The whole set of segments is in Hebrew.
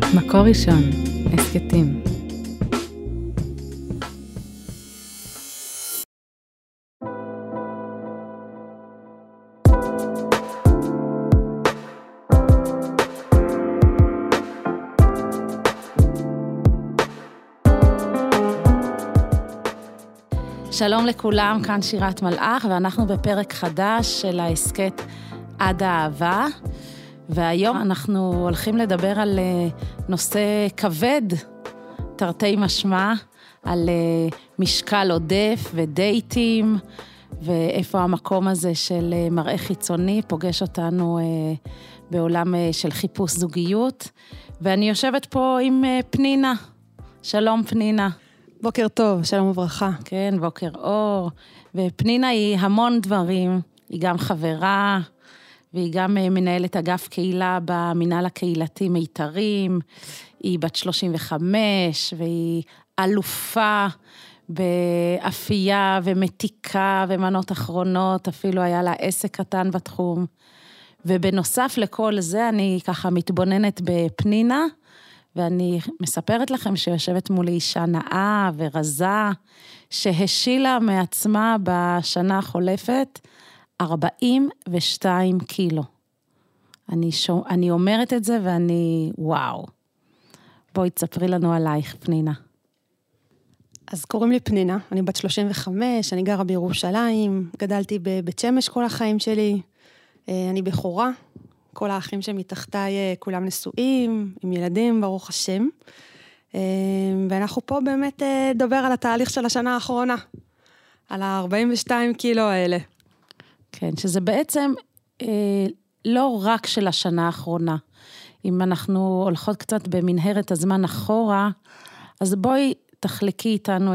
מקור ראשון, הסקטים. שלום לכולם, כאן שירת מלאך, ואנחנו בפרק חדש של ההסקט עד האהבה, והיום אנחנו הולכים לדבר על נושא כבד, תרתי משמע, על משקל עודף ודייטים, ואיפה המקום הזה של מראה חיצוני פוגש אותנו בעולם של חיפוש זוגיות, ואני יושבת פה עם פנינה. שלום פנינה. בוקר טוב, שלום וברכה. כן, בוקר אור. ופנינה היא המון דברים, היא גם חברה, והיא גם מנהלת אגף קהילה במנהל הקהילתי מיתרים, היא בת 35, והיא אלופה באפייה ומתיקה ומנות אחרונות, אפילו היה לה עסק קטן בתחום. ובנוסף לכל זה, אני ככה מתבוננת בפנינה, ואני מספרת לכם שיושבת מולי אישה נאה ורזה, שהשילה מעצמה בשנה החולפת 42 קילו. אני אומרת את זה ואני, וואו. בואי תספרי לנו עלייך, פנינה. אז קוראים לי פנינה, אני בת 35, אני גרה בירושלים, גדלתי בבית שמש כל החיים שלי, אני בחורה. כל האחים שמתחתיי כולם נשואים, עם ילדים, ברוך השם. ואנחנו פה באמת נדבר על התהליך של השנה האחרונה, על ה-42 קילו האלה. כן, שזה בעצם לא רק של השנה האחרונה. אם אנחנו הולכות קצת במנהרת הזמן אחורה, אז בואי תחלקי איתנו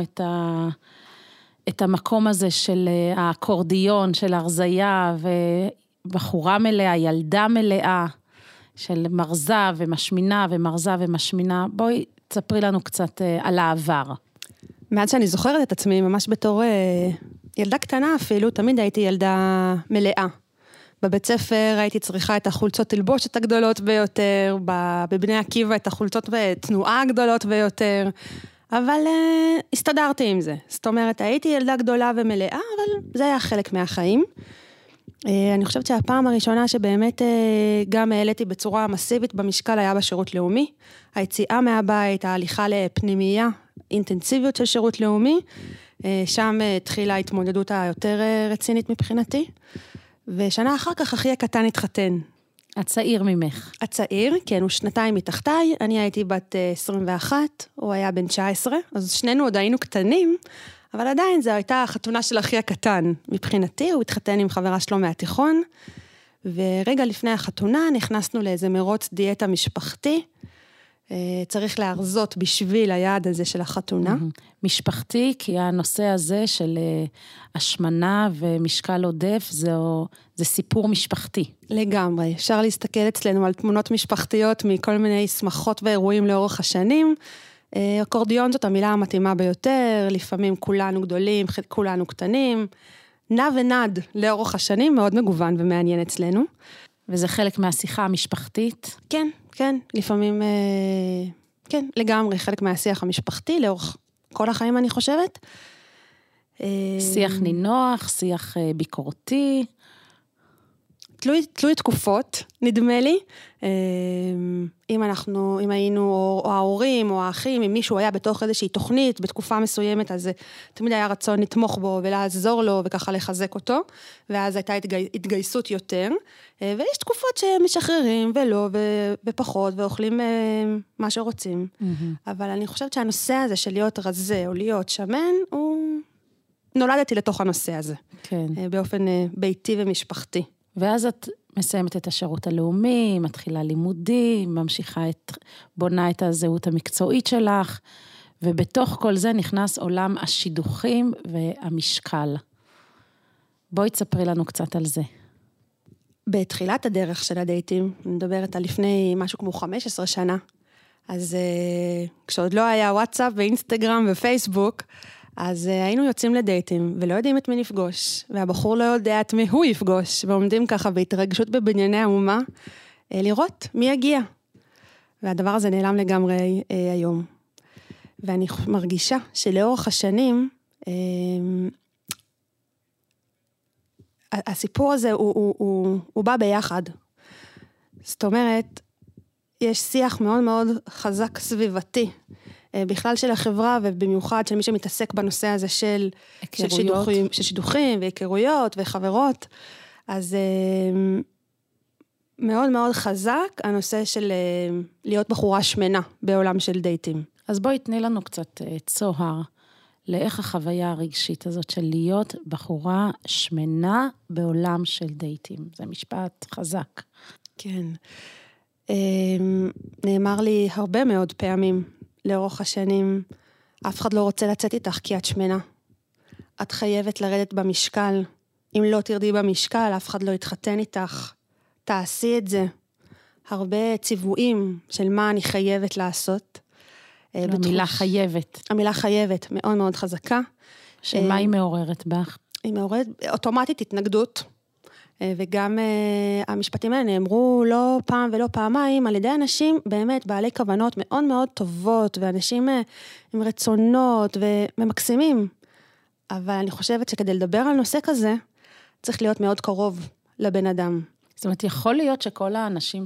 את המקום הזה של האקורדיון, של הרזיה בחורה מלאה, ילדה מלאה, של מרזה ומשמינה ומרזה ומשמינה. בואי תספרי לנו קצת על העבר. מאז שאני זוכרת את עצמי, ממש בתור ילדה קטנה אפילו, תמיד הייתי ילדה מלאה. בבית ספר הייתי צריכה את החולצות תלבושת הגדולות ביותר, בבני עקיבא את החולצות ותנועה הגדולות ביותר, אבל הסתדרתי עם זה. זאת אומרת, הייתי ילדה גדולה ומלאה, אבל זה היה חלק מהחיים. אני חושבת שהפעם הראשונה שבאמת גם העליתי בצורה מסיבית במשקל היה בשירות לאומי. היציאה מהבית, ההליכה לפנימייה, אינטנסיביות של שירות לאומי, שם התחילה ההתמודדות היותר רצינית מבחינתי. ושנה אחר כך אחי הקטן התחתן. הצעיר ממך. הצעיר, כן, הוא שנתיים מתחתיי, אני הייתי בת 21, הוא היה בן 19, אז שנינו עוד היינו קטנים, אבל עדיין זו הייתה החתונה של אחי הקטן. מבחינתי, הוא התחתן עם חברה שלו מהתיכון, ורגע לפני החתונה נכנסנו לאיזה מרוץ דיאטה משפחתי, צריך להרזות בשביל היעד הזה של החתונה. משפחתי, כי הנושא הזה של השמנה ומשקל עודף, זה סיפור משפחתי. לגמרי, אפשר להסתכל אצלנו על תמונות משפחתיות מכל מיני שמחות ואירועים לאורך השנים, אקורדיון זאת המילה המתאימה ביותר, לפעמים כולנו גדולים, כולנו קטנים, נע ונד לאורך השנים, מאוד מגוון ומעניין אצלנו. וזה חלק מהשיחה המשפחתית? כן, כן, לפעמים, כן, לגמרי, חלק מהשיח המשפחתי, לאורך כל החיים אני חושבת. שיח נינוח, שיח ביקורתי. תלוי תקופות, נדמה לי, אם היינו, או ההורים, או האחים, אם מישהו היה בתוך איזושהי תוכנית, בתקופה מסוימת, אז תמיד היה רצון לתמוך בו, ולעזור לו, וככה לחזק אותו, ואז הייתה התגייסות יותר, ויש תקופות שמשחררים, ולא, ופחות, ואוכלים מה שרוצים. אבל אני חושבת שהנושא הזה של להיות רזה, או להיות שמן, נולדתי לתוך הנושא הזה. כן. באופן ביתי ומשפחתי. ואז את מסיימת את השירות הלאומי, מתחילה לימודים, בונה את הזהות המקצועית שלך, ובתוך כל זה נכנס עולם השידוכים והמשקל. בואי תספרי לנו קצת על זה. בתחילת הדרך של הדייטים, אני מדברת על לפני משהו כמו 15 שנה, אז כשעוד לא היה וואטסאפ ואינסטגרם ופייסבוק, אז היינו יוצאים לדייטים, ולא יודעים את מי נפגוש, והבחור לא יודע את מי הוא יפגוש, ועומדים ככה בהתרגשות בבנייני האומה, לראות מי יגיע. והדבר הזה נעלם לגמרי היום. ואני מרגישה שלאורך השנים, הסיפור הזה הוא בא ביחד. זאת אומרת, יש שיח מאוד מאוד חזק סביבתי, בכלל של החברה, ובמיוחד של מי שמתעסק בנושא הזה של שידוכים והיכרויות וחברות, אז מאוד מאוד חזק הנושא של להיות בחורה שמנה בעולם של דייטים. אז בואי תני לנו קצת צוהר, לאיך החוויה הרגשית הזאת של להיות בחורה שמנה בעולם של דייטים. זה משפט חזק. כן. נאמר לי הרבה מאוד פעמים לאורך השנים, אף אחד לא רוצה לצאת איתך כי את שמנה. את חייבת לרדת במשקל. אם לא תרדי במשקל, אף אחד לא יתחתן איתך. תעשי את זה. הרבה ציוויים של מה אני חייבת לעשות. המילה חייבת. המילה חייבת מאוד מאוד חזקה. שמה היא מעוררת בך? היא מעוררת אוטומטית התנגדות. וגם המשפטים האלה נאמרו לא פעם ולא פעמיים, על ידי אנשים באמת בעלי כוונות מאוד מאוד טובות, ואנשים עם רצונות וממקסימים. אבל אני חושבת שכדי לדבר על נושא כזה, צריך להיות מאוד קרוב לבן אדם. זאת אומרת, יכול להיות שכל האנשים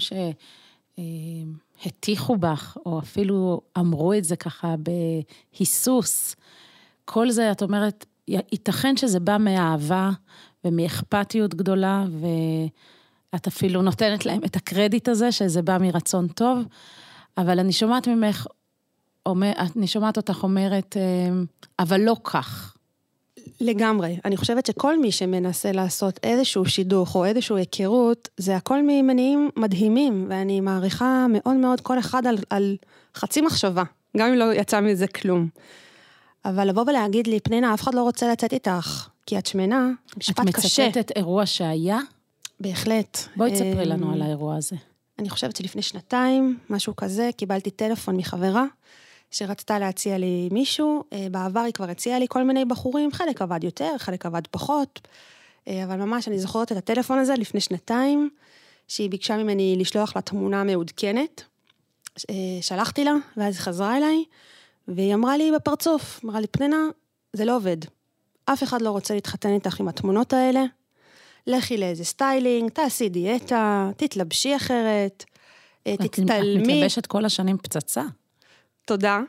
שהטיחו בך, או אפילו אמרו את זה ככה בהיסוס, כל זה, את אומרת, ייתכן שזה בא מאהבה, ומאכפתיות גדולה, ואת אפילו נותנת להם את הקרדיט הזה, שזה בא מרצון טוב, אבל אני שומעת ממך, אני שומעת אותך אומרת, אבל לא כך. לגמרי. אני חושבת שכל מי שמנסה לעשות איזשהו שידוך, או איזשהו היכרות, זה הכל ממניעים מדהימים, ואני מעריכה מאוד מאוד כל אחד על חצי מחשבה, גם אם לא יצא מזה כלום. אבל לבוא ולהגיד לי, פנינה, אף אחד לא רוצה לצאת איתך, כי את שמנה, משפט קשה. את מצטטת אירוע שהיה? בהחלט. בואי תספרי לנו על האירוע הזה. אני חושבת שלפני 2, משהו כזה, קיבלתי טלפון מחברה, שרצתה להציע לי מישהו, בעבר היא כבר הציעה לי כל מיני בחורים, חלק עבד יותר, חלק עבד פחות, אבל ממש אני זוכרת את הטלפון הזה לפני 2, שהיא ביקשה ממני לשלוח לה תמונה מעודכנת, שלחתי לה, ואז היא חזרה אליי, והיא אמרה לי בפרצוף, אמרה לי, פנינה, זה לא עובד. אף אחד לא רוצה להתחתן איתך עם התמונות האלה, לכי לאיזה סטיילינג, תעשי דיאטה, תתלבשי אחרת, תתעלמי. את מתלבשת כל השנים פצצה. תודה.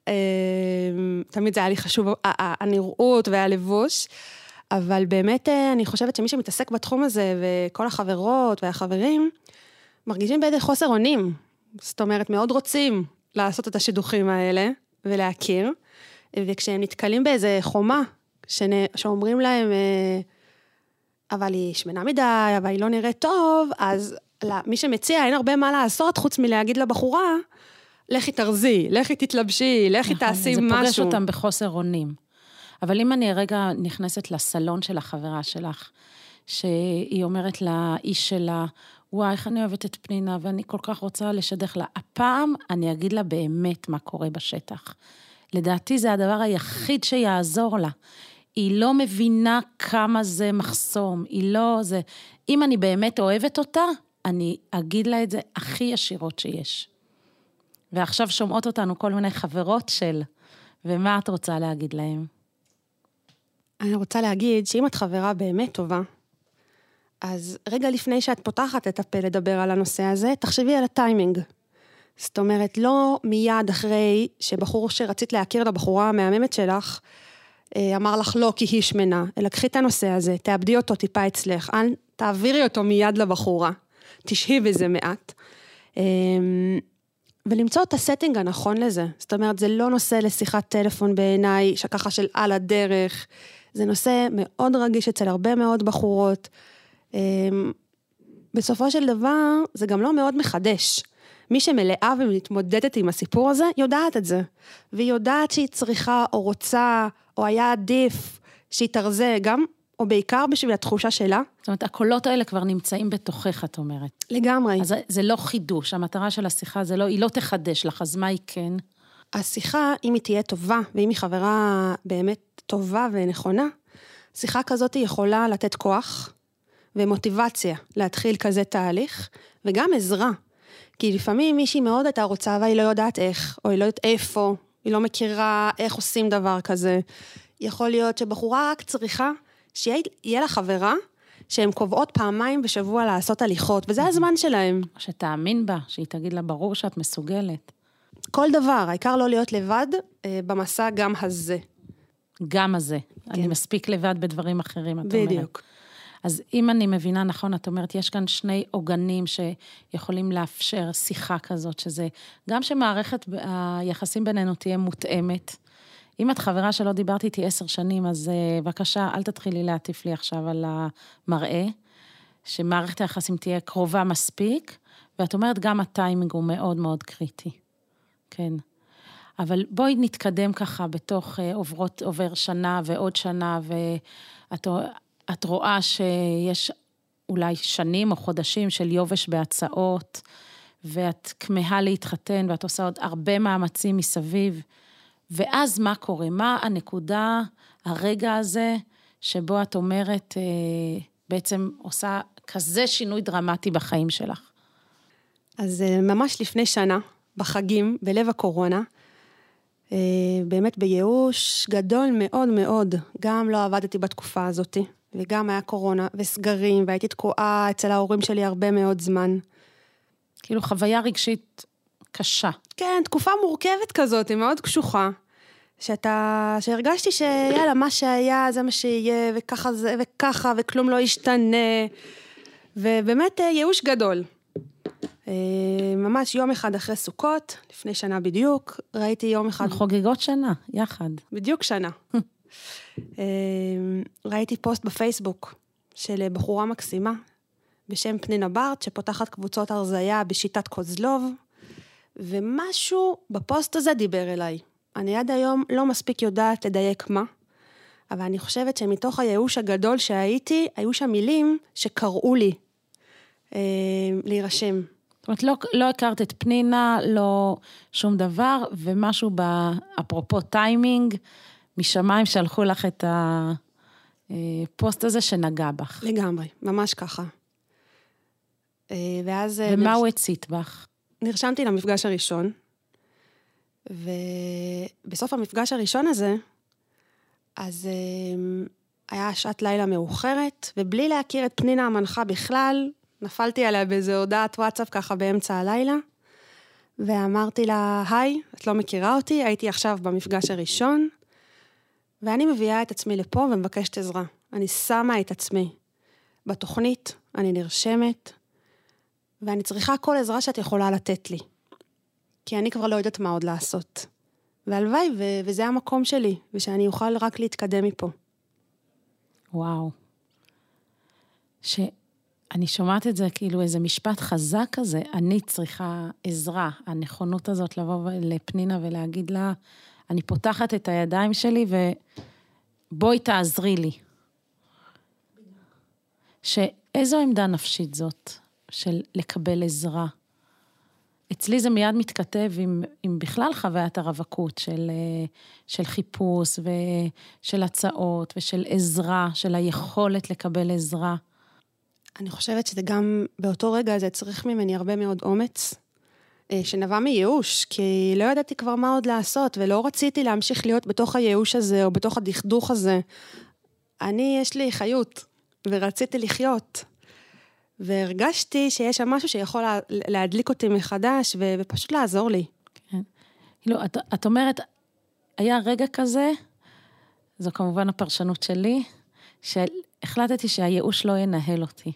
תמיד זה היה לי חשוב, הנראות והלבוש, אבל באמת אני חושבת שמי שמתעסק בתחום הזה, וכל החברות והחברים, מרגישים בידי חוסר אונים. זאת אומרת, מאוד רוצים לעשות את השידוכים האלה, ולהכיר, וכשהם נתקלים באיזה חומה, שאומרים להם, אבל היא שמנה מדי, אבל היא לא נראית טוב, אז מי שמציע, אין הרבה מה לעשות, חוץ מלהגיד לבחורה, לכי תרזי, לכי תתלבשי, לכי תעשי משהו. זה פוגש אותם בחוסר אונים. אבל אם אני רגע נכנסת לסלון של החברה שלך, שהיא אומרת לאיש שלה, וואי, איך אני אוהבת את פנינה, ואני כל כך רוצה לשדך לה. הפעם אני אגיד לה באמת מה קורה בשטח. לדעתי זה הדבר היחיד שיעזור לה. היא לא מבינה כמה זה מחסום, היא לא זה. אם אני באמת אוהבת אותה, אני אגיד לה את זה הכי ישירות שיש. ועכשיו שומעות אותנו כל מיני חברות של, ומה את רוצה להגיד להם? אני רוצה להגיד שאם את חברה באמת טובה, אז רגע לפני שאת פותחת את הפה לדבר על הנושא הזה, תחשבי על הטיימינג. זאת אומרת, לא מיד אחרי שבחור שרצית להכיר לבחורה המהממת שלך, אמר לך לא כי היא שמנה, אלא קחי את הנושא הזה, תאבדי אותו טיפה אצלך, תעבירי אותו מיד לבחורה, תשהי בזה מעט, ולמצוא את הסטינג הנכון לזה. זאת אומרת, זה לא נושא לשיחת טלפון בעיניי, שככה של על הדרך, זה נושא מאוד רגיש אצל הרבה מאוד בחורות, בסופו של דבר, זה גם לא מאוד מחדש. מי שמלאה ומתמודדת עם הסיפור הזה, יודעת את זה. והיא יודעת שהיא צריכה או רוצה, או היה עדיף שהיא תרזה גם, או בעיקר בשביל התחושה שלה. זאת אומרת, הקולות האלה כבר נמצאים בתוכך, את אומרת. לגמרי. אז זה לא חידוש, המטרה של השיחה, היא לא תחדש לך, אז מה היא כן? השיחה, אם היא תהיה טובה, ואם היא חברה באמת טובה ונכונה, שיחה כזאת היא יכולה לתת כוח, ומוטיבציה להתחיל כזה תהליך, וגם עזרה. כי לפעמים מישהי מאוד הייתה רוצה, והיא לא יודעת איך, או היא לא יודעת איפה, היא לא מכירה איך עושים דבר כזה. יכול להיות שבחורה רק צריכה שיהיה לה חברה, שהן קובעות פעמיים בשבוע לעשות הליכות, וזה הזמן שלהם. שתאמין בה, שהיא תגיד לה ברור שאת מסוגלת. כל דבר, העיקר לא להיות לבד במסע גם הזה. גם הזה. כן. אני מספיק לבד בדברים אחרים, את אומרת. בדיוק. אז אם אני מבינה נכון, את אומרת, יש כאן שני עוגנים שיכולים לאפשר שיחה כזאת, שזה גם שמערכת היחסים בינינו תהיה מותאמת. אם את חברה שלא דיברת איתי 10 שנים, אז בבקשה, אל תתחילי להטיף לי עכשיו על המראה, שמערכת היחסים תהיה קרובה מספיק, ואת אומרת, גם הטיימינג הוא מאוד מאוד קריטי. כן. אבל בואי נתקדם ככה בתוך עובר שנה ועוד שנה, ואת רואה שיש אולי שנים או חודשים של יובש בהצעות, ואת כמהה להתחתן, ואת עושה עוד הרבה מאמצים מסביב, ואז מה קורה? מה הנקודה, הרגע הזה, שבו את אומרת, בעצם עושה כזה שינוי דרמטי בחיים שלך? אז ממש לפני שנה, בחגים, בלב הקורונה, באמת בייאוש גדול מאוד מאוד, גם לא עבדתי בתקופה הזאת, וגם היה קורונה וסגרים, והייתי תקועה אצל ההורים שלי הרבה מאוד זמן. כאילו חוויה רגשית קשה. כן, תקופה מורכבת כזאת, היא מאוד קשוחה, שהרגשתי שיאללה, מה שהיה זה מה שיהיה, וככה זה, וככה, וכלום לא ישתנה, ובאמת ייאוש גדול. ממש יום אחד אחרי סוכות, לפני שנה בדיוק, ראיתי יום אחד... חוגגות שנה, יחד. בדיוק שנה. ראיתי פוסט בפייסבוק של בחורה מקסימה, בשם פנינה ברט, שפותחת קבוצות הרזיה בשיטת קוזלוב, ומשהו בפוסט הזה דיבר אליי. אני עד היום לא מספיק יודעת לדייק מה, אבל אני חושבת שמתוך הייאוש הגדול שהייתי, היו שם מילים שקראו לי להירשם. זאת אומרת, לא הכרת את פנינה, לא שום דבר, ומשהו אפרופו טיימינג, משמיים שלחו לך את הפוסט הזה שנגע בך. לגמרי, ממש ככה. ואז... ומה הוא הצית בך? נרשמתי למפגש הראשון, ובסוף המפגש הראשון הזה, אז היה שעת לילה מאוחרת, ובלי להכיר את פנינה המנחה בכלל, נפלתי עליה באיזו הודעת וואטסאפ ככה באמצע הלילה, ואמרתי לה, היי, את לא מכירה אותי, הייתי עכשיו במפגש הראשון, ואני מביאה את עצמי לפה ומבקשת עזרה. אני שמה את עצמי בתוכנית, אני נרשמת, ואני צריכה כל עזרה שאת יכולה לתת לי. כי אני כבר לא יודעת מה עוד לעשות. והלוואי, וזה המקום שלי, ושאני אוכל רק להתקדם מפה. וואו. שאני שומעת את זה כאילו איזה משפט חזק כזה, אני צריכה עזרה, הנכונות הזאת לבוא לפנינה ולהגיד לה, אני פותחת את הידיים שלי ובואי תעזרי לי. שאיזו עמדה נפשית זאת של לקבל עזרה? אצלי זה מיד מתכתב עם בכלל חוויית הרווקות של חיפוש ושל הצעות ושל עזרה, של היכולת לקבל עזרה. אני חושבת שזה גם באותו רגע זה צריך ממני הרבה מאוד אומץ, שנבע מייאוש, כי לא ידעתי כבר מה עוד לעשות, ולא רציתי להמשיך להיות בתוך הייאוש הזה, או בתוך הדכדוך הזה. יש לי חיות, ורציתי לחיות. והרגשתי שיש שם משהו שיכול להדליק אותי מחדש, ופשוט לעזור לי. כן. כאילו, את אומרת, היה רגע כזה, זו כמובן הפרשנות שלי, שהחלטתי שהייאוש לא ינהל אותי.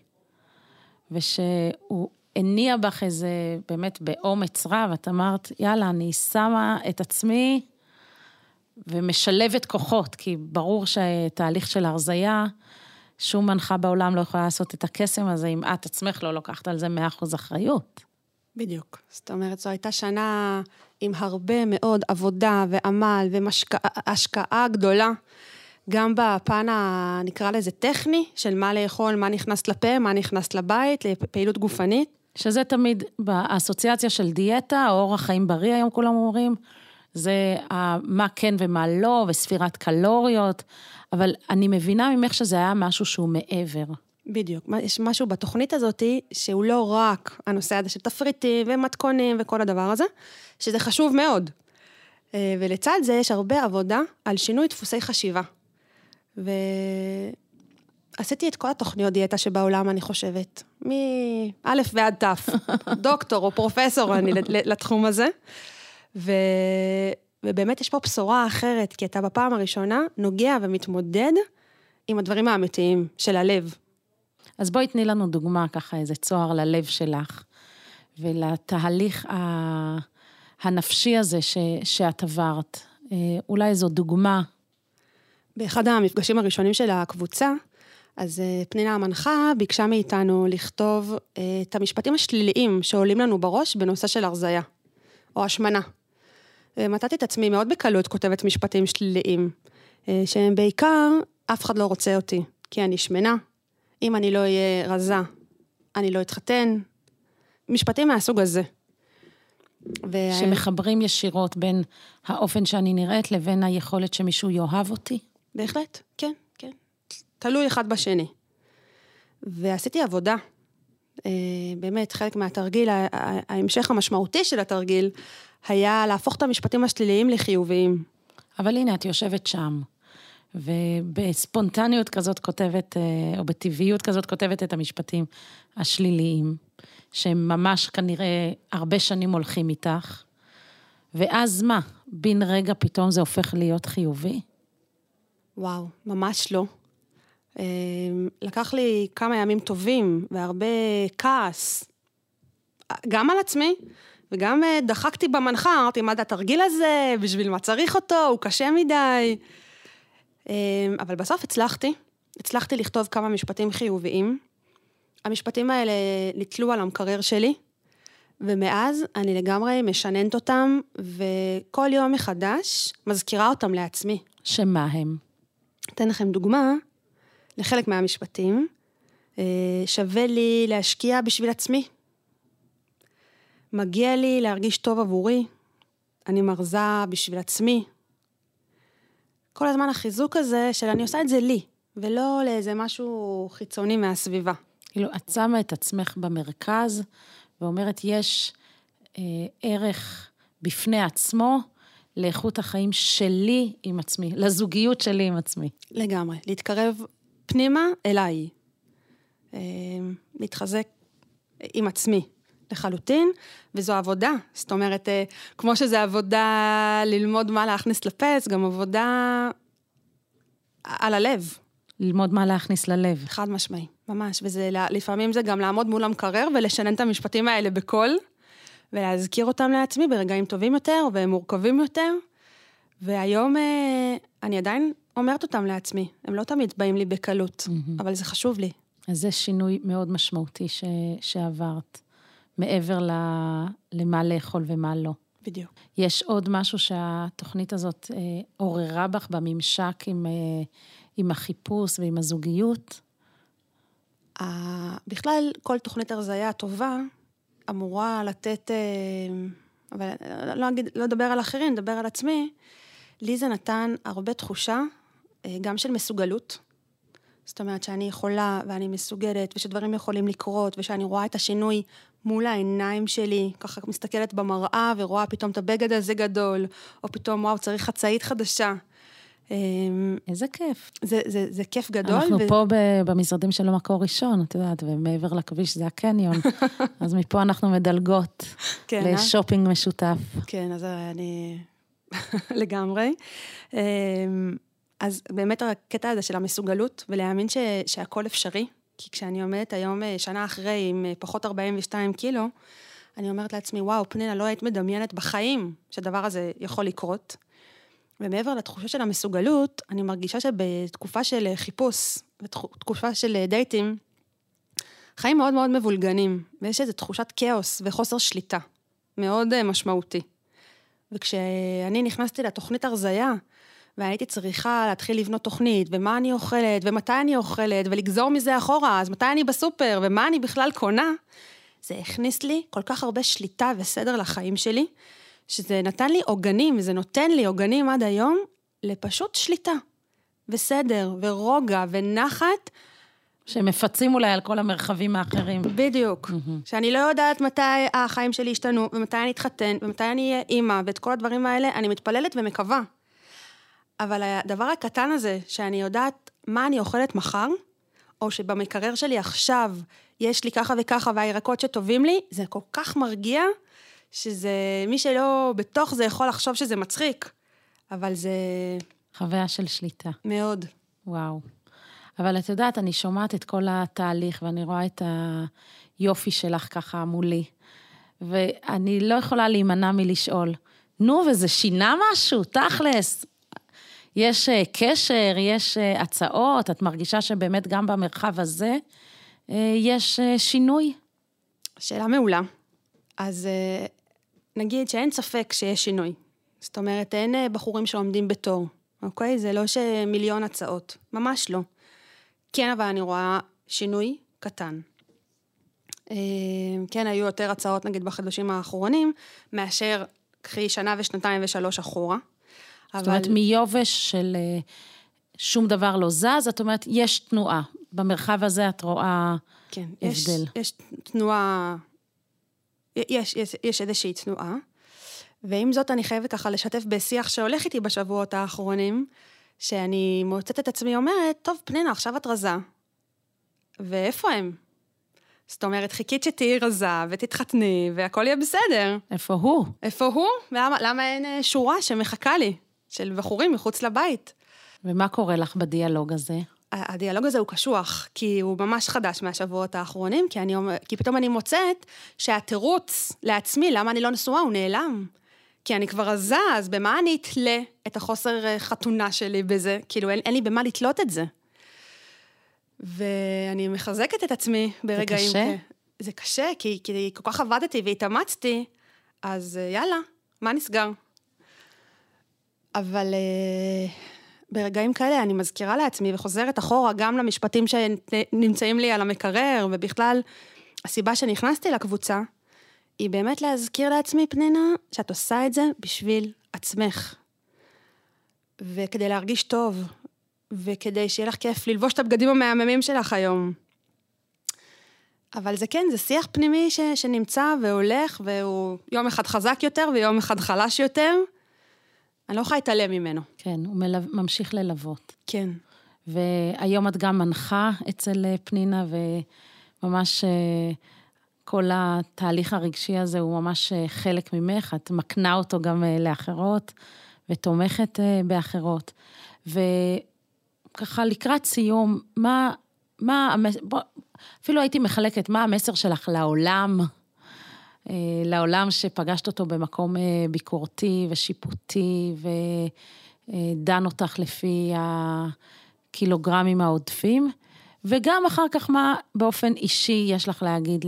ושהוא הניע בך איזה, באמת באומץ רב, את אמרת, יאללה, אני שמה את עצמי, ומשלבת כוחות, כי ברור שתהליך של הרזיה, שום מנחה בעולם לא יכולה לעשות את הקסם הזה, אם את עצמך לא לוקחת על זה 100% אחריות. בדיוק. זאת אומרת, זו הייתה שנה עם הרבה מאוד עבודה ועמל והשקעה גדולה, גם בפן נקרא לזה טכני, של מה לאכול, מה נכנס לפה, מה נכנס לבית, לפעילות גופנית. שזה תמיד באסוציאציה של דיאטה, או אורח חיים בריא, היום כולם אומרים, זה מה כן ומה לא, וספירת קלוריות, אבל אני מבינה ממך שזה היה משהו שהוא מעבר. בדיוק. יש משהו בתוכנית הזאת שהוא לא רק הנושא הזה של תפריטים ומתכונים וכל הדבר הזה, שזה חשוב מאוד. ולצד זה יש הרבה עבודה על שינוי דפוסי חשיבה. ועשיתי את כל התוכניות דיאטה שבעולם, אני חושבת, מא' ועד ת', דוקטור או פרופסור אני לתחום הזה. ובאמת יש פה בשורה אחרת, כי אתה בפעם הראשונה נוגע ומתמודד עם הדברים האמיתיים של הלב. אז בואי תני לנו דוגמה, ככה איזה צוהר ללב שלך, ולתהליך הנפשי הזה שאת עברת. אולי זו דוגמה. באחד המפגשים הראשונים של הקבוצה, אז פנינה המנחה ביקשה מאיתנו לכתוב את המשפטים השליליים שעולים לנו בראש בנושא של הרזיה, או השמנה. מצאתי את עצמי מאוד בקלות כותבת משפטים שליליים, שהם בעיקר, אף אחד לא רוצה אותי, כי אני שמנה, אם אני לא אהיה רזה, אני לא אתחתן, משפטים מהסוג הזה. שמחברים ישירות בין האופן שאני נראית לבין היכולת שמישהו יאהב אותי? בהחלט, כן, כן. תלוי אחד בשני. ועשיתי עבודה, באמת חלק מהתרגיל, ההמשך המשמעותי של התרגיל, היה להפוך את המשפטים השליליים לחיוביים. אבל הנה, את יושבת שם, ובספונטניות כזאת כותבת, או בטבעיות כזאת כותבת את המשפטים השליליים, שהם ממש כנראה הרבה שנים הולכים איתך, ואז מה? בין רגע פתאום זה הופך להיות חיובי? וואו, ממש לא. לקח לי כמה ימים טובים, והרבה כעס, גם על עצמי, וגם דחקתי במנחה, אמרתי, מה זה התרגיל הזה, בשביל מה צריך אותו, הוא קשה מדי. אבל בסוף הצלחתי לכתוב כמה משפטים חיוביים. המשפטים האלה נתלו על המקרר שלי, ומאז אני לגמרי משננת אותם, וכל יום מחדש מזכירה אותם לעצמי. שמה הם? אתן לכם דוגמה, לחלק מהמשפטים, שווה לי להשקיע בשביל עצמי. מגיע לי להרגיש טוב עבורי, אני מרזה בשביל עצמי. כל הזמן החיזוק הזה של אני עושה את זה לי, ולא לאיזה משהו חיצוני מהסביבה. כאילו, את שמה את עצמך במרכז, ואומרת, יש ערך בפני עצמו, לאיכות החיים שלי עם עצמי, לזוגיות שלי עם עצמי. לגמרי, להתקרב פנימה אליי, להתחזק עם עצמי לחלוטין, וזו עבודה, זאת אומרת, כמו שזה עבודה ללמוד מה להכניס לפס, גם עבודה על הלב. ללמוד מה להכניס ללב. חד משמעי, ממש, ולפעמים זה גם לעמוד מול המקרר, ולשנן את המשפטים האלה בקול, ולהזכיר אותם לעצמי ברגעים טובים יותר, ומורכבים יותר, והיום אני עדיין אומרת אותם לעצמי, הם לא תמיד באים לי בקלות, אבל זה חשוב לי. אז זה שינוי מאוד משמעותי שעברת, מעבר למה לאכול ומה לא. בדיוק. יש עוד משהו שהתוכנית הזאת עוררה בך בממשק עם החיפוש ועם הזוגיות? בכלל, כל תוכנית הרזיה טובה, אמורה לתת, אבל לא לדבר על אחרים, לדבר על עצמי, לי זה נתן הרבה תחושה, גם של מסוגלות, זאת אומרת שאני יכולה ואני מסוגלת, ושדברים יכולים לקרות, ושאני רואה את השינוי מול העיניים שלי, ככה מסתכלת במראה, ורואה פתאום את הבגד הזה גדול, או פתאום וואו, צריך חצאית חדשה. איזה כיף. זה כיף גדול. אנחנו פה במשרדים של המקור ראשון, את יודעת, ומעבר לכביש זה הקניון, אז מפה אנחנו מדלגות לשופינג משותף. כן, אז אני לגמרי. אז באמת הקטע הזה של המסוגלות, ולהאמין שהכל אפשרי, כי כשאני עומדת היום שנה אחרי עם פחות 42 קילו, אני אומרת לעצמי, וואו, פנינה, לא היית מדמיינת בחיים שהדבר הזה יכול לקרות. ומעבר לתחושה של המסוגלות, אני מרגישה שבתקופה של חיפוש, בתקופה של דייטים, חיים מאוד מאוד מבולגנים, ויש איזו תחושת כאוס וחוסר שליטה, מאוד משמעותי. וכשאני נכנסתי לתוכנית הרזיה, והייתי צריכה להתחיל לבנות תוכנית, ומה אני אוכלת, ומתי אני אוכלת, ולגזור מזה אחורה, אז מתי אני בסופר, ומה אני בכלל קונה, זה הכניס לי כל כך הרבה שליטה וסדר לחיים שלי, שזה נתן לי עוגנים, זה נותן לי עוגנים עד היום, לפשוט שליטה, וסדר, ורוגע, ונחת, שמפצים אולי על כל המרחבים האחרים. בדיוק. שאני לא יודעת מתי החיים שלי ישתנו, ומתי אני אתחתן, ומתי אני אהיה אימא, ואת כל הדברים האלה, אני מתפללת ומקווה. אבל הדבר הקטן הזה, שאני יודעת מה אני אוכלת מחר, או שבמקרר שלי עכשיו יש לי ככה וככה, והירקות שטובים לי, זה כל כך מרגיע, שזה, מי שלא בתוך זה יכול לחשוב שזה מצחיק, אבל זה... חוויה של שליטה. מאוד. וואו. אבל את יודעת, אני שומעת את כל התהליך, ואני רואה את היופי שלך ככה מולי, ואני לא יכולה להימנע מלשאול, נו, וזה שינה משהו, תכלס. יש קשר, יש הצעות, את מרגישה שבאמת גם במרחב הזה יש שינוי? שאלה מעולה. אז נגיד שאין ספק שיש שינוי. זאת אומרת, אין בחורים שעומדים בתור, אוקיי? זה לא שמיליון הצעות, ממש לא. כן, אבל אני רואה שינוי קטן. כן, היו יותר הצעות, נגיד, בחדשים האחרונים, מאשר קחי שנה ושנתיים ושלוש אחורה. זאת אומרת, מיובש של שום דבר לא זז, זאת אומרת, יש תנועה. במרחב הזה את רואה כן, הבדל. יש תנועה, יש איזושהי תנועה, ועם זאת אני חייבת ככה לשתף בשיח שהולך איתי בשבועות האחרונים, שאני מוצאת את עצמי אומרת, טוב פנינה, עכשיו את רזה, ואיפה הם? זאת אומרת, חיכית שתהיי רזה ותתחתני, והכל יהיה בסדר. איפה הוא? איפה הוא? למה אין שורה שמחכה לי, של בחורים מחוץ לבית? ומה קורה לך בדיאלוג הזה? הדיאלוג הזה הוא קשוח, כי הוא ממש חדש מהשבועות האחרונים, כי פתאום אני מוצאת שהתירוץ לעצמי, למה אני לא נשואה, הוא נעלם. כי אני כבר רזה, אז במה אני אתלה את החוסר חתונה שלי בזה? כאילו, אין לי במה לתלות את זה. ואני מחזקת את עצמי ברגעים. זה קשה? זה קשה, כי כל כך עבדתי והתאמצתי, אז יאללה, מה נסגר? אבל ברגעים כאלה אני מזכירה לעצמי וחוזרת אחורה גם למשפטים שנמצאים לי על המקרר, ובכלל הסיבה שנכנסתי לקבוצה, היא באמת להזכיר לעצמי, פנינה, שאת עושה את זה בשביל עצמך. וכדי להרגיש טוב, וכדי שיהיה לך כיף ללבוש את הבגדים המהממים שלך היום. אבל זה כן, זה שיח פנימי שנמצא והולך, והוא יום אחד חזק יותר ויום אחד חלש יותר. אני לא יכולה להתעלם ממנו. כן, הוא ממשיך ללוות. כן. והיום את גם מנחה אצל פנינה, וממש כל התהליך הרגשי הזה הוא ממש חלק ממך, את מקנה אותו גם לאחרות, ותומכת באחרות. וככה לקראת סיום, אפילו הייתי מחלקת, מה המסר שלך לעולם שפגשת אותו במקום ביקורתי ושיפוטי, ודן אותך לפי הקילוגרמים העודפים, וגם אחר כך מה באופן אישי יש לך להגיד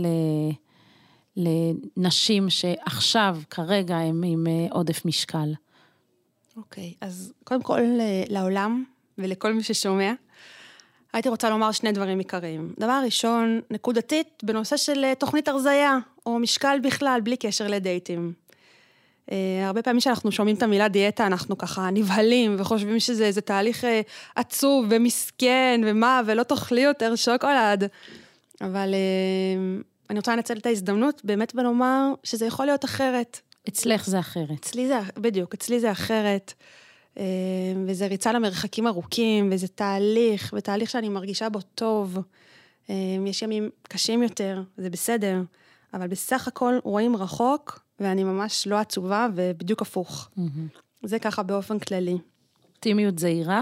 לנשים שעכשיו, כרגע, הם עם עודף משקל. אוקיי, אז קודם כל לעולם ולכל מי ששומע, הייתי רוצה לומר שני דברים עיקריים. דבר ראשון, נקודתית בנושא של תוכנית הרזיה, או משקל בכלל, בלי קשר לדייטים. הרבה פעמים שאנחנו שומעים את המילה דיאטה, אנחנו ככה נבהלים, וחושבים שזה איזה תהליך עצוב ומסכן, ומה, ולא תאכלי יותר שוקולד. אבל אני רוצה לנצל את ההזדמנות, באמת ולומר שזה יכול להיות אחרת. אצלך זה אחרת. בדיוק, אצלי זה אחרת. וזה ריצה למרחקים ארוכים, וזה תהליך, ותהליך שאני מרגישה בו טוב. יש ימים קשים יותר, זה בסדר, אבל בסך הכל רואים רחוק, ואני ממש לא עצובה, ובדיוק הפוך. זה ככה באופן כללי. אופטימיות זהירה?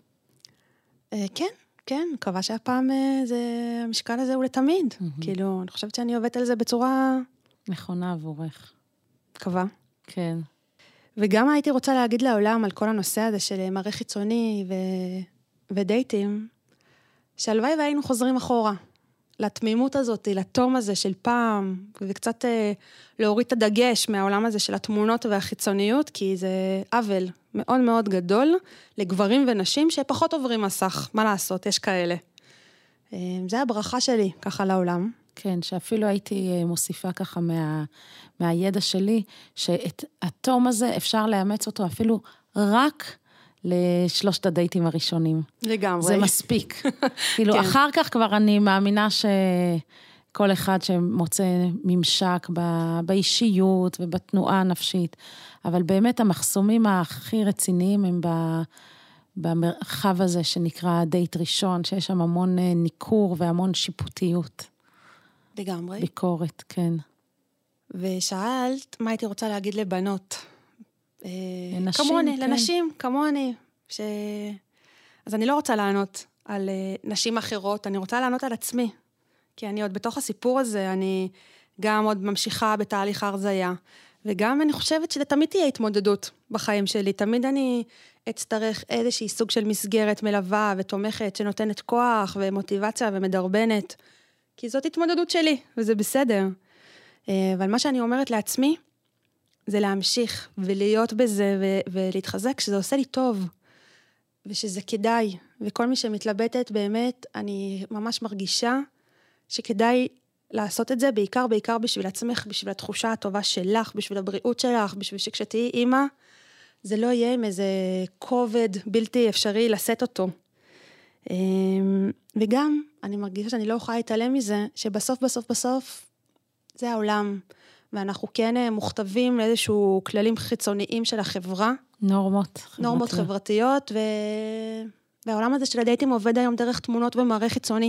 כן, מקווה שהפעם המשקל הזה הוא לתמיד. כאילו, אני חושבת שאני עובדת על זה בצורה... נכונה עבורך. מקווה. כן. וגם הייתי רוצה להגיד לעולם על כל הנושא הזה של מראה חיצוני ודייטים, שהלוואי והיינו חוזרים אחורה, לתמימות הזאת, לתום הזה של פעם, וקצת להוריד את הדגש מהעולם הזה של התמונות והחיצוניות, כי זה עוול מאוד מאוד גדול לגברים ונשים שפחות עוברים מסך, מה לעשות, יש כאלה. זה הברכה שלי ככה לעולם. כן, שאפילו הייתי מוסיפה ככה מהידע שלי, שאת התום הזה אפשר לאמץ אותו אפילו רק לשלושת הדייטים הראשונים. לגמרי. זה מספיק. כאילו, אחר כך כבר אני מאמינה שכל אחד שמוצא ממשק באישיות ובתנועה הנפשית, אבל באמת המחסומים הכי רציניים הם במרחב הזה שנקרא דייט ראשון, שיש שם המון ניכור והמון שיפוטיות. לגמרי. ביקורת, כן. ושאלת, מה הייתי רוצה להגיד לבנות? לנשים, כמוני, כן. לנשים, כמוני. אז אני לא רוצה לענות על נשים אחרות, אני רוצה לענות על עצמי. כי אני עוד בתוך הסיפור הזה, אני גם עוד ממשיכה בתהליך ההרזיה, וגם אני חושבת שזה תמיד תהיה התמודדות בחיים שלי, תמיד אני אצטרך איזושהי סוג של מסגרת מלווה ותומכת, שנותנת כוח ומוטיבציה ומדרבנת, כי זאת התמודדות שלי, וזה בסדר. אבל מה שאני אומרת לעצמי, זה להמשיך ולהיות בזה ולהתחזק, שזה עושה לי טוב, ושזה כדאי, וכל מי שמתלבטת באמת, אני ממש מרגישה שכדאי לעשות את זה, בעיקר בשביל עצמך, בשביל התחושה הטובה שלך, בשביל הבריאות שלך, בשביל שכשתהיי אימא, זה לא יהיה עם איזה כובד בלתי אפשרי לשאת אותו. וגם, אני מרגישה שאני לא יכולה להתעלם מזה, שבסוף, זה העולם, ואנחנו כן מוכתבים לאיזשהו כללים חיצוניים של החברה. נורמות חברתיות, והעולם הזה של הדייטים עובד היום דרך תמונות ומראה חיצוני.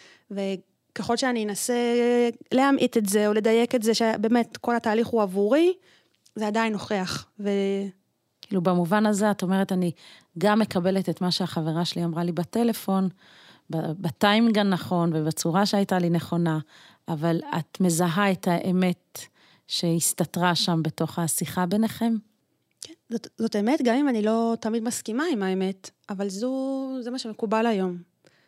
וככל שאני אנסה להמעיט את זה, או לדייק את זה, שבאמת כל התהליך הוא עבורי, זה עדיין נוכח. כאילו במובן הזה, את אומרת, אני גם מקבלת את מה שהחברה שלי אמרה לי בטלפון, בטיימינג הנכון, ובצורה שהייתה לי נכונה, אבל את מזהה את האמת שהסתתרה שם בתוך השיחה ביניכם? כן, זאת אמת, גם אם אני לא תמיד מסכימה עם האמת, אבל זה מה שמקובל היום.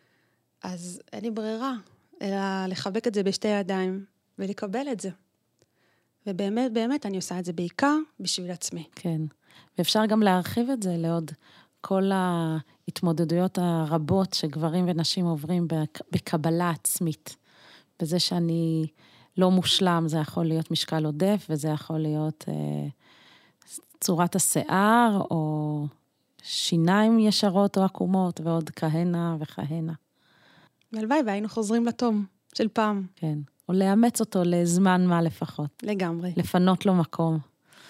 אז אין לי ברירה, אלא לחבק את זה בשתי ידיים, ולקבל את זה. ובאמת, באמת, אני עושה את זה בעיקר בשביל עצמי. כן, ואפשר גם להרחיב את זה לעוד כל ההתמודדויות הרבות שגברים ונשים עוברים בקבלה עצמית. בזה שאני לא מושלם, זה יכול להיות משקל עודף, וזה יכול להיות צורת השיער, או שיניים ישרות או עקומות, ועוד כהנה וכהנה. והלוואי, והיינו חוזרים לתום של פעם. כן, או לאמץ אותו לזמן מה לפחות. לגמרי. לפנות לו מקום.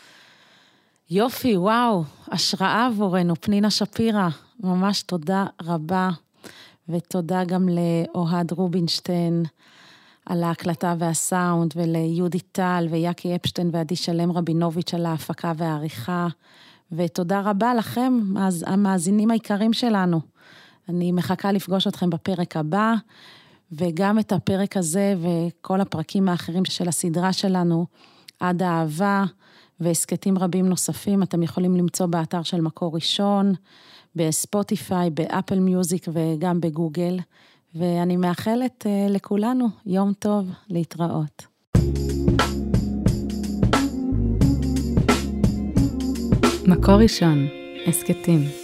יופי, וואו, השראה עבורנו, פנינה שפירא, ממש תודה רבה, ותודה גם לאוהד רובינשטיין, על ההקלטה והסאונד, וליהודית טל, ויקי אפשטיין, ועדי שלם רבינוביץ' על ההפקה והעריכה, ותודה רבה לכם, המאזינים העיקרים שלנו. אני מחכה לפגוש אתכם בפרק הבא, וגם את הפרק הזה, וכל הפרקים האחרים של הסדרה שלנו, עד האהבה, והסקטים רבים נוספים, אתם יכולים למצוא באתר של מקור ראשון, בספוטיפיי, באפל מיוזיק, וגם בגוגל, ואני מאחלת לכולנו יום טוב, להתראות. מקור ראשון, הסקטים.